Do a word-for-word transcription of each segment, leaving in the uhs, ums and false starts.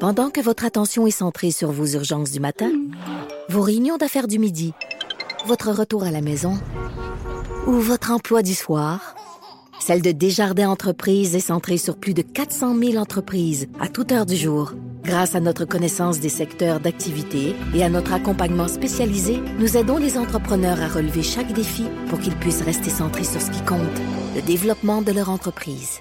Pendant que votre attention est centrée sur vos urgences du matin, vos réunions d'affaires du midi, votre retour à la maison ou votre emploi du soir, celle de Desjardins Entreprises est centrée sur plus de quatre cent mille entreprises à toute heure du jour. Grâce à notre connaissance des secteurs d'activité et à notre accompagnement spécialisé, nous aidons les entrepreneurs à relever chaque défi pour qu'ils puissent rester centrés sur ce qui compte, le développement de leur entreprise.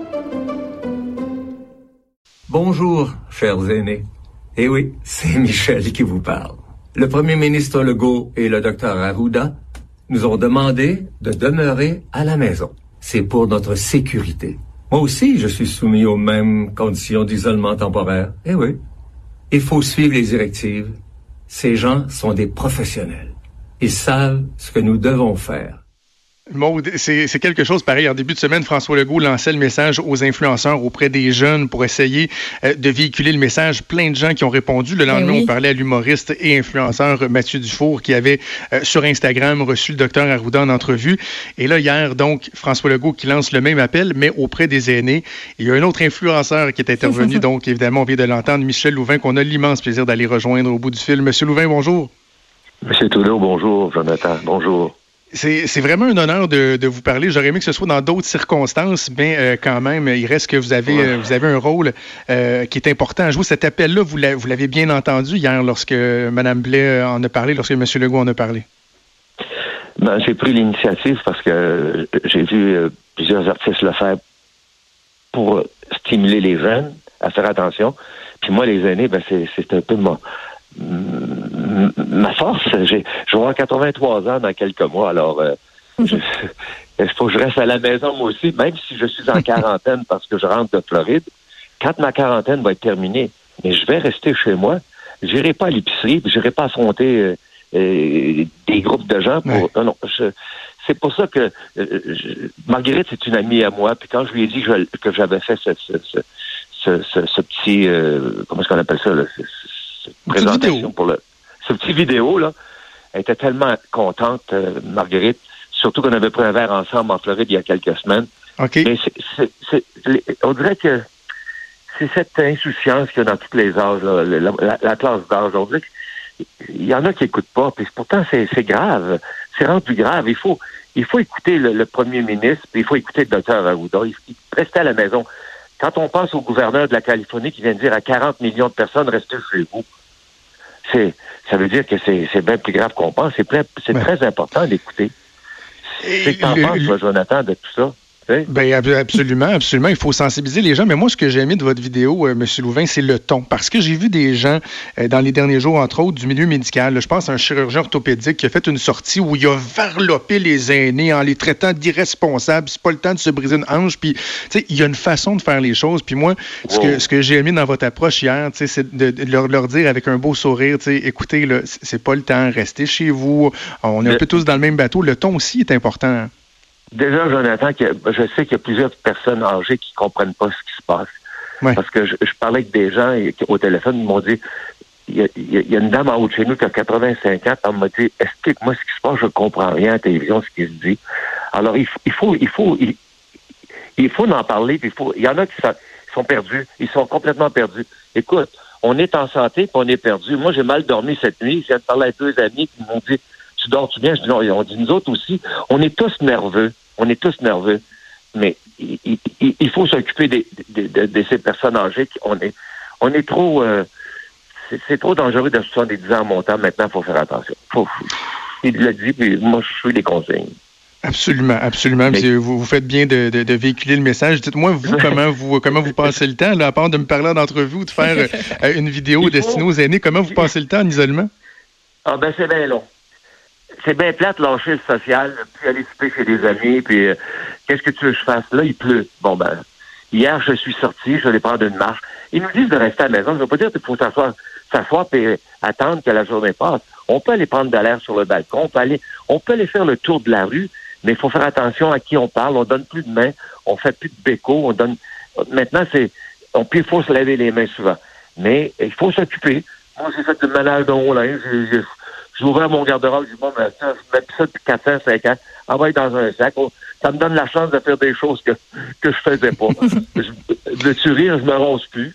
Bonjour, chers aînés. Eh oui, c'est Michel qui vous parle. Le premier ministre Legault et le docteur Arruda nous ont demandé de demeurer à la maison. C'est pour notre sécurité. Moi aussi, je suis soumis aux mêmes conditions d'isolement temporaire. Eh oui, il faut suivre les directives. Ces gens sont des professionnels. Ils savent ce que nous devons faire. Maud, c'est, c'est quelque chose pareil. En début de semaine, François Legault lançait le message aux influenceurs auprès des jeunes pour essayer euh, de véhiculer le message. Plein de gens qui ont répondu. Le lendemain, oui. On parlait à l'humoriste et influenceur Mathieu Dufour qui avait euh, sur Instagram reçu le docteur Arruda en entrevue. Et là, hier, donc, François Legault qui lance le même appel, mais auprès des aînés. Il y a un autre influenceur qui est intervenu. Donc, évidemment, on vient de l'entendre, Michel Louvain, qu'on a l'immense plaisir d'aller rejoindre au bout du fil. Monsieur Louvain, bonjour. Monsieur Trudeau, bonjour. Jonathan, bonjour. C'est, c'est vraiment un honneur de, de vous parler. J'aurais aimé que ce soit dans d'autres circonstances, mais euh, quand même, il reste que vous avez, ouais. euh, vous avez un rôle euh, qui est important à jouer. Cet appel-là, vous, l'a, vous l'avez bien entendu hier lorsque Mme Blais en a parlé, lorsque M. Legault en a parlé. Ben, j'ai pris l'initiative parce que j'ai vu euh, plusieurs artistes le faire pour stimuler les jeunes à faire attention. Puis moi, les aînés, ben, c'est, c'est un peu mon... ma force. J'ai, je vais avoir quatre-vingt-trois ans dans quelques mois, alors euh, je, il faut que je reste à la maison moi aussi, même si je suis en quarantaine parce que je rentre de Floride. Quand ma quarantaine va être terminée, mais je vais rester chez moi, j'irai pas à l'épicerie, j'irai pas affronter euh, euh, des groupes de gens pour. Ouais. Non, non. Je, c'est pour ça que euh, je, Marguerite, c'est une amie à moi, puis quand je lui ai dit que, je, que j'avais fait ce, ce, ce, ce, ce, ce petit euh, comment est-ce qu'on appelle ça là, ce, cette présentation pour le ce petit vidéo là, elle était tellement contente, euh, Marguerite, surtout qu'on avait pris un verre ensemble en Floride il y a quelques semaines. Okay. Mais c'est, c'est, c'est, les, on dirait que c'est cette insouciance qu'il y a dans tous les âges, là, la, la, la classe d'âge. On dirait qu'il y en a qui n'écoutent pas, puis pourtant c'est, c'est grave, c'est rendu grave. Il faut, il faut écouter le, le premier ministre, puis il faut écouter le docteur Arruda. Il, il restait à la maison. Quand on pense au gouverneur de la Californie qui vient de dire à quarante millions de personnes, restez chez vous, c'est, ça veut dire que c'est, c'est bien plus grave qu'on pense. C'est, plein, c'est ouais. très important d'écouter. Qu'est-ce que t'en penses, toi, Jonathan, de tout ça? Ben absolument, absolument. Il faut sensibiliser les gens. Mais moi, ce que j'ai aimé de votre vidéo, euh, M. Louvain, c'est le ton. Parce que j'ai vu des gens, euh, dans les derniers jours, entre autres, du milieu médical. Là, je pense à un chirurgien orthopédique qui a fait une sortie où il a varlopé les aînés en les traitant d'irresponsables. C'est pas le temps de se briser une hanche. Puis, tu sais, il y a une façon de faire les choses. Puis moi, ce que, ce que j'ai aimé dans votre approche hier, tu sais, c'est de, de leur, leur dire avec un beau sourire, tu sais, écoutez, là, c'est pas le temps, restez chez vous. On est un peu tous dans le même bateau. Le ton aussi est important. Déjà, Jonathan, je sais qu'il y a plusieurs personnes âgées qui comprennent pas ce qui se passe. Ouais. Parce que je, je parlais avec des gens et, au téléphone, ils m'ont dit, il y, a, il y a une dame en haut de chez nous qui a quatre-vingt-cinq ans, elle m'a dit, explique-moi ce qui se passe, je comprends rien à la télévision, ce qui se dit. Alors, il, il faut, il faut, il, il faut en parler, puis il faut, il y en a qui sont, sont perdus, ils sont complètement perdus. Écoute, on est en santé, puis on est perdu. Moi, j'ai mal dormi cette nuit, je viens de parler avec deux amis qui m'ont dit, tu dors-tu bien? Je dis non, on dit nous autres aussi, on est tous nerveux. On est tous nerveux. Mais il, il, il faut s'occuper de, de, de, de ces personnes âgées. On est, on est trop... Euh, c'est, c'est trop dangereux de soixante-dix ans montant. Maintenant, il faut faire attention. Faut, il l'a dit, puis moi, je suis des consignes. Absolument, absolument. Mais... Vous, vous faites bien de, de, de véhiculer le message. Dites-moi, vous, comment vous comment vous passez le temps, là, à part de me parler d'entrevue ou de faire euh, une vidéo faut... destinée aux aînés, comment vous passez le temps en isolement? Ah ben c'est bien long. C'est bien plate, lâcher le social, puis aller souper chez des amis, puis euh, qu'est-ce que tu veux que je fasse? Là, il pleut. Bon, ben, hier, je suis sorti, je vais aller prendre une marche. Ils nous disent de rester à la maison. Ça ne veut pas dire qu'il faut s'asseoir, s'asseoir et attendre que la journée passe. On peut aller prendre de l'air sur le balcon, on peut aller, on peut aller faire le tour de la rue, mais il faut faire attention à qui on parle. On donne plus de mains, on fait plus de béco, on donne... Maintenant, c'est... On, puis il faut se laver les mains souvent. Mais il faut s'occuper. Moi, j'ai fait du ménage de mon linge, j'ai... j'ai J'ai ouvert mon garde-robe, j'ai dit, bon, ben, ça, je mets ça depuis quatre ans, cinq ans, envoie dans un sac. Oh, ça me donne la chance de faire des choses que, que je faisais pas. je, de tu rire, je me ronce plus.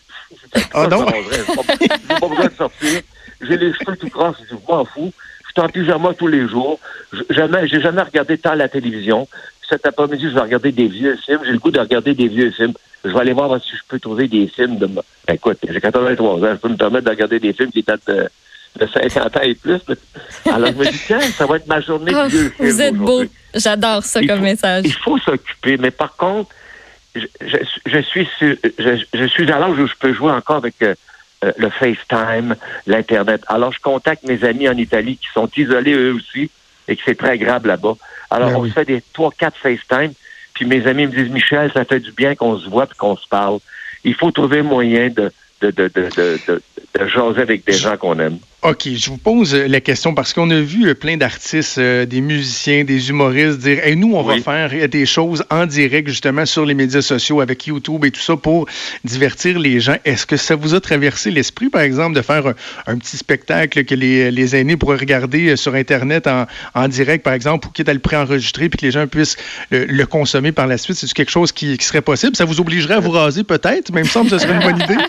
Ah non? J'ai pas besoin de sortir. J'ai les cheveux tout crasses, je m'en fous. Je suis en pyjama tous les jours. Jamais, j'ai jamais regardé tant la télévision. Cet après-midi, je vais regarder des vieux films. J'ai le goût de regarder des vieux films. Je vais aller voir si je peux trouver des films de... Ben, écoute, j'ai quatre-vingt-trois ans. Je peux me permettre de regarder des films qui datent de, de cinquante ans et plus. Alors, je me dis, tiens, ça va être ma journée de oh, vieux films. Vous êtes beau. J'adore ça il comme faut, message. Il faut s'occuper. Mais par contre, je, je, je, suis, sur, je, je suis à l'âge où je peux jouer encore avec euh, le FaceTime, l'Internet. Alors, je contacte mes amis en Italie qui sont isolés eux aussi et que c'est très agréable là-bas. Alors, ben on oui. se fait des trois, quatre FaceTime, puis mes amis me disent, Michel, ça fait du bien qu'on se voit et qu'on se parle. Il faut trouver moyen de, de, de, de, de, de, de jaser avec des gens qu'on aime. OK, je vous pose la question parce qu'on a vu plein d'artistes, euh, des musiciens, des humoristes dire hey, « nous, on oui. va faire des choses en direct justement sur les médias sociaux avec YouTube et tout ça pour divertir les gens. » Est-ce que ça vous a traversé l'esprit, par exemple, de faire un, un petit spectacle que les, les aînés pourraient regarder sur Internet en, en direct, par exemple, ou quitte à le préenregistrer puis que les gens puissent le, le consommer par la suite? C'est-tu quelque chose qui, qui serait possible? Ça vous obligerait à vous raser peut-être? Même semble que ce serait une bonne idée.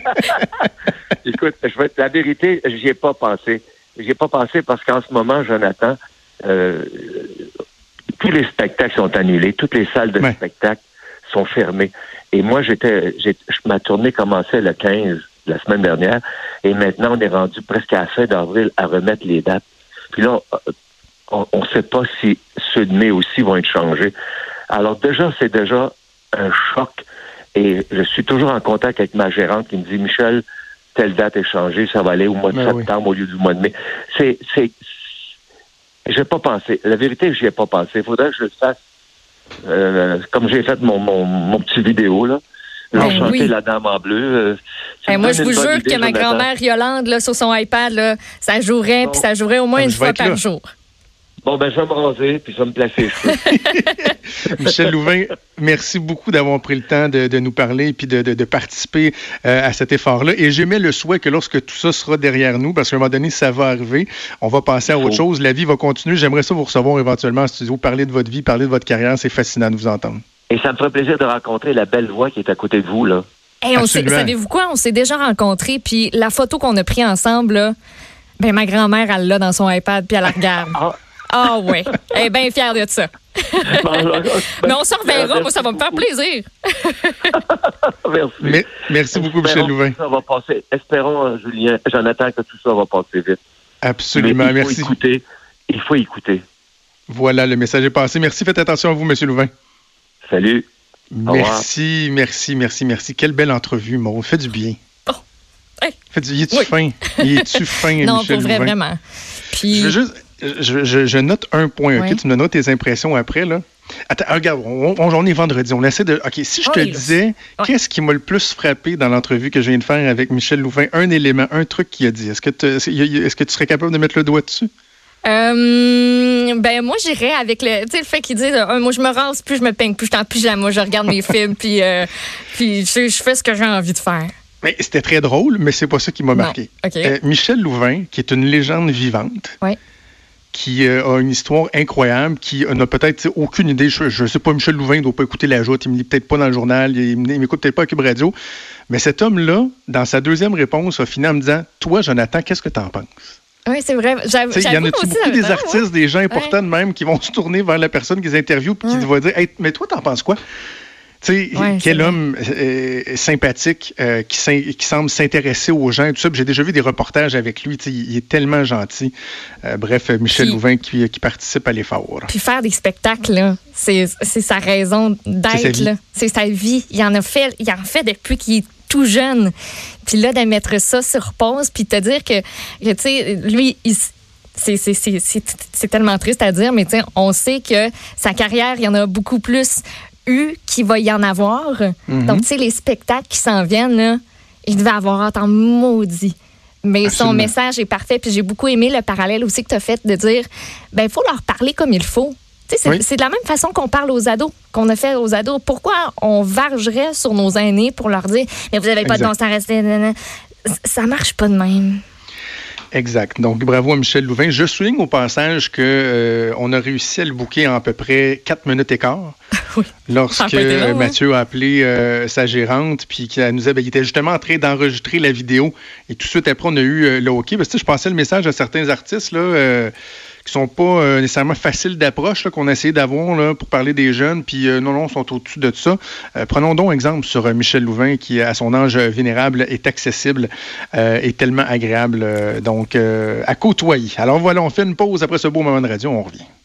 Écoute, je vais, la vérité, j'y ai pas pensé. J'y ai pas pensé parce qu'en ce moment, Jonathan, euh, tous les spectacles sont annulés, toutes les salles de ouais. spectacle sont fermées. Et moi, j'étais, j'ai, ma tournée commençait le quinze, la semaine dernière, et maintenant, on est rendu presque à la fin d'avril à remettre les dates. Puis là, on ne sait pas si ceux de mai aussi vont être changés. Alors déjà, c'est déjà un choc. Et je suis toujours en contact avec ma gérante qui me dit, Michel, telle date est changée, ça va aller au mois de ben septembre oui. au lieu du mois de mai. C'est, c'est, j'ai pas pensé. La vérité, j'y ai pas pensé. Il faudrait que je le fasse, euh, comme j'ai fait mon, mon, mon petit vidéo, là. L'enchanter oui. la dame en bleu. Euh, moi, je vous jure idée, que ma grand-mère Yolande, là, sur son iPad, là, ça jouerait, bon. puis ça jouerait au moins une fois par là. jour. Bon, ben, je vais me raser, puis je vais me placer les cheveux. Michel Louvain, merci beaucoup d'avoir pris le temps de, de nous parler et puis de, de, de participer euh, à cet effort-là. Et j'émets le souhait que lorsque tout ça sera derrière nous, parce qu'à un moment donné, ça va arriver, on va passer à autre chose. La vie va continuer. J'aimerais ça vous recevoir éventuellement en studio, parler de votre vie, parler de votre carrière. C'est fascinant de vous entendre. Et ça me ferait plaisir de rencontrer la belle voix qui est à côté de vous, là. Hey, on sait, savez-vous quoi? On s'est déjà rencontrés, puis la photo qu'on a prise ensemble, là, ben, ma grand-mère, elle l'a dans son iPad, puis elle la regarde. Ah oui, elle est bien fière de ça. Mais on s'en reverra, moi ça va me faire plaisir. Merci. Mais, merci beaucoup, Michel Louvain. Ça va passer. Espérons, Julien, Jonathan, que tout ça va passer vite. Absolument, il faut merci. Écouter. Il faut écouter. Voilà, le message est passé. Merci, faites attention à vous, Monsieur Louvain. Salut. Merci, merci, merci, merci. Quelle belle entrevue, Maud. Fait du bien. Oh. Hey. Fait du... Il est-tu oui. fin? Il est-tu fin, Michel Louvain? Non, pour vrai, vraiment. Puis... Je veux juste... Je, je, je note un point, oui. OK? Tu me donneras tes impressions après, là. Attends, regarde, on, on, on est vendredi. On essaie de... OK, si je te oui, disais, oui. qu'est-ce qui m'a le plus frappé dans l'entrevue que je viens de faire avec Michel Louvain? Un élément, un truc qu'il a dit. Est-ce que, est-ce que tu serais capable de mettre le doigt dessus? Euh, ben moi j'irais avec le tu sais le fait qu'il dit euh, moi je me rase plus je me peigne plus je suis en pyjama je regarde mes films puis euh, puis je, je fais ce que j'ai envie de faire. Mais c'était très drôle mais c'est pas ça qui m'a non. marqué. Okay. Euh, Michel Louvain qui est une légende vivante. Oui. Qui euh, a une histoire incroyable, qui n'a peut-être aucune idée. Je ne sais pas, Michel Louvain ne doit pas écouter la joute, il ne me lit peut-être pas dans le journal, il ne m'écoute peut-être pas à Cube Radio. Mais cet homme-là, dans sa deuxième réponse, a fini en me disant « Toi, Jonathan, qu'est-ce que tu en penses? » Oui, c'est vrai. J'avoue, il y en a-tu beaucoup des artistes, ouais. des gens importants ouais. de même, qui vont se tourner vers la personne qu'ils interviewent et ouais. qui va dire hey, « Mais toi, t'en penses quoi? » Tu sais, ouais, quel homme euh, sympathique euh, qui, qui semble s'intéresser aux gens et tout ça. J'ai déjà vu des reportages avec lui. Il est tellement gentil. Euh, bref, Michel puis, Louvain qui, qui participe à l'effort. Puis faire des spectacles, là, c'est, c'est sa raison d'être. C'est sa, là. C'est sa vie. Il en a fait, il en fait depuis qu'il est tout jeune. Puis là, de mettre ça sur pause, puis te dire que, que tu sais, lui, il C'est, c'est, c'est, c'est, c'est tellement triste à dire, mais on sait que sa carrière, il y en a beaucoup plus eu qu'il va y en avoir. Mm-hmm. Donc, tu sais, les spectacles qui s'en viennent, là, il devait avoir hâte en maudit. Mais Absolument. Son message est parfait. Puis j'ai beaucoup aimé le parallèle aussi que tu as fait de dire, ben il faut leur parler comme il faut. Tu sais, c'est, oui. c'est de la même façon qu'on parle aux ados, qu'on a fait aux ados. Pourquoi on vargerait sur nos aînés pour leur dire, mais vous n'avez pas de bon sens à rester... Ça marche pas de même. Exact. Donc, bravo à Michel Louvain. Je souligne au passage qu'on euh, a réussi à le booker en à peu près quatre minutes et quart. Oui. Lorsque long, Mathieu hein? a appelé euh, sa gérante, puis qu'il nous a, ben, il était justement en train d'enregistrer la vidéo. Et tout de suite après, on a eu euh, le OK. Parce que je passais le message à certains artistes, là, euh, qui sont pas euh, nécessairement faciles d'approche, là, qu'on a essayé d'avoir là, pour parler des jeunes, puis euh, non, non, sont au-dessus de ça. Euh, prenons donc exemple sur euh, Michel Louvain, qui, à son âge vénérable, est accessible euh, et tellement agréable, euh, donc euh, à côtoyer. Alors voilà, on fait une pause après ce beau moment de radio, on revient.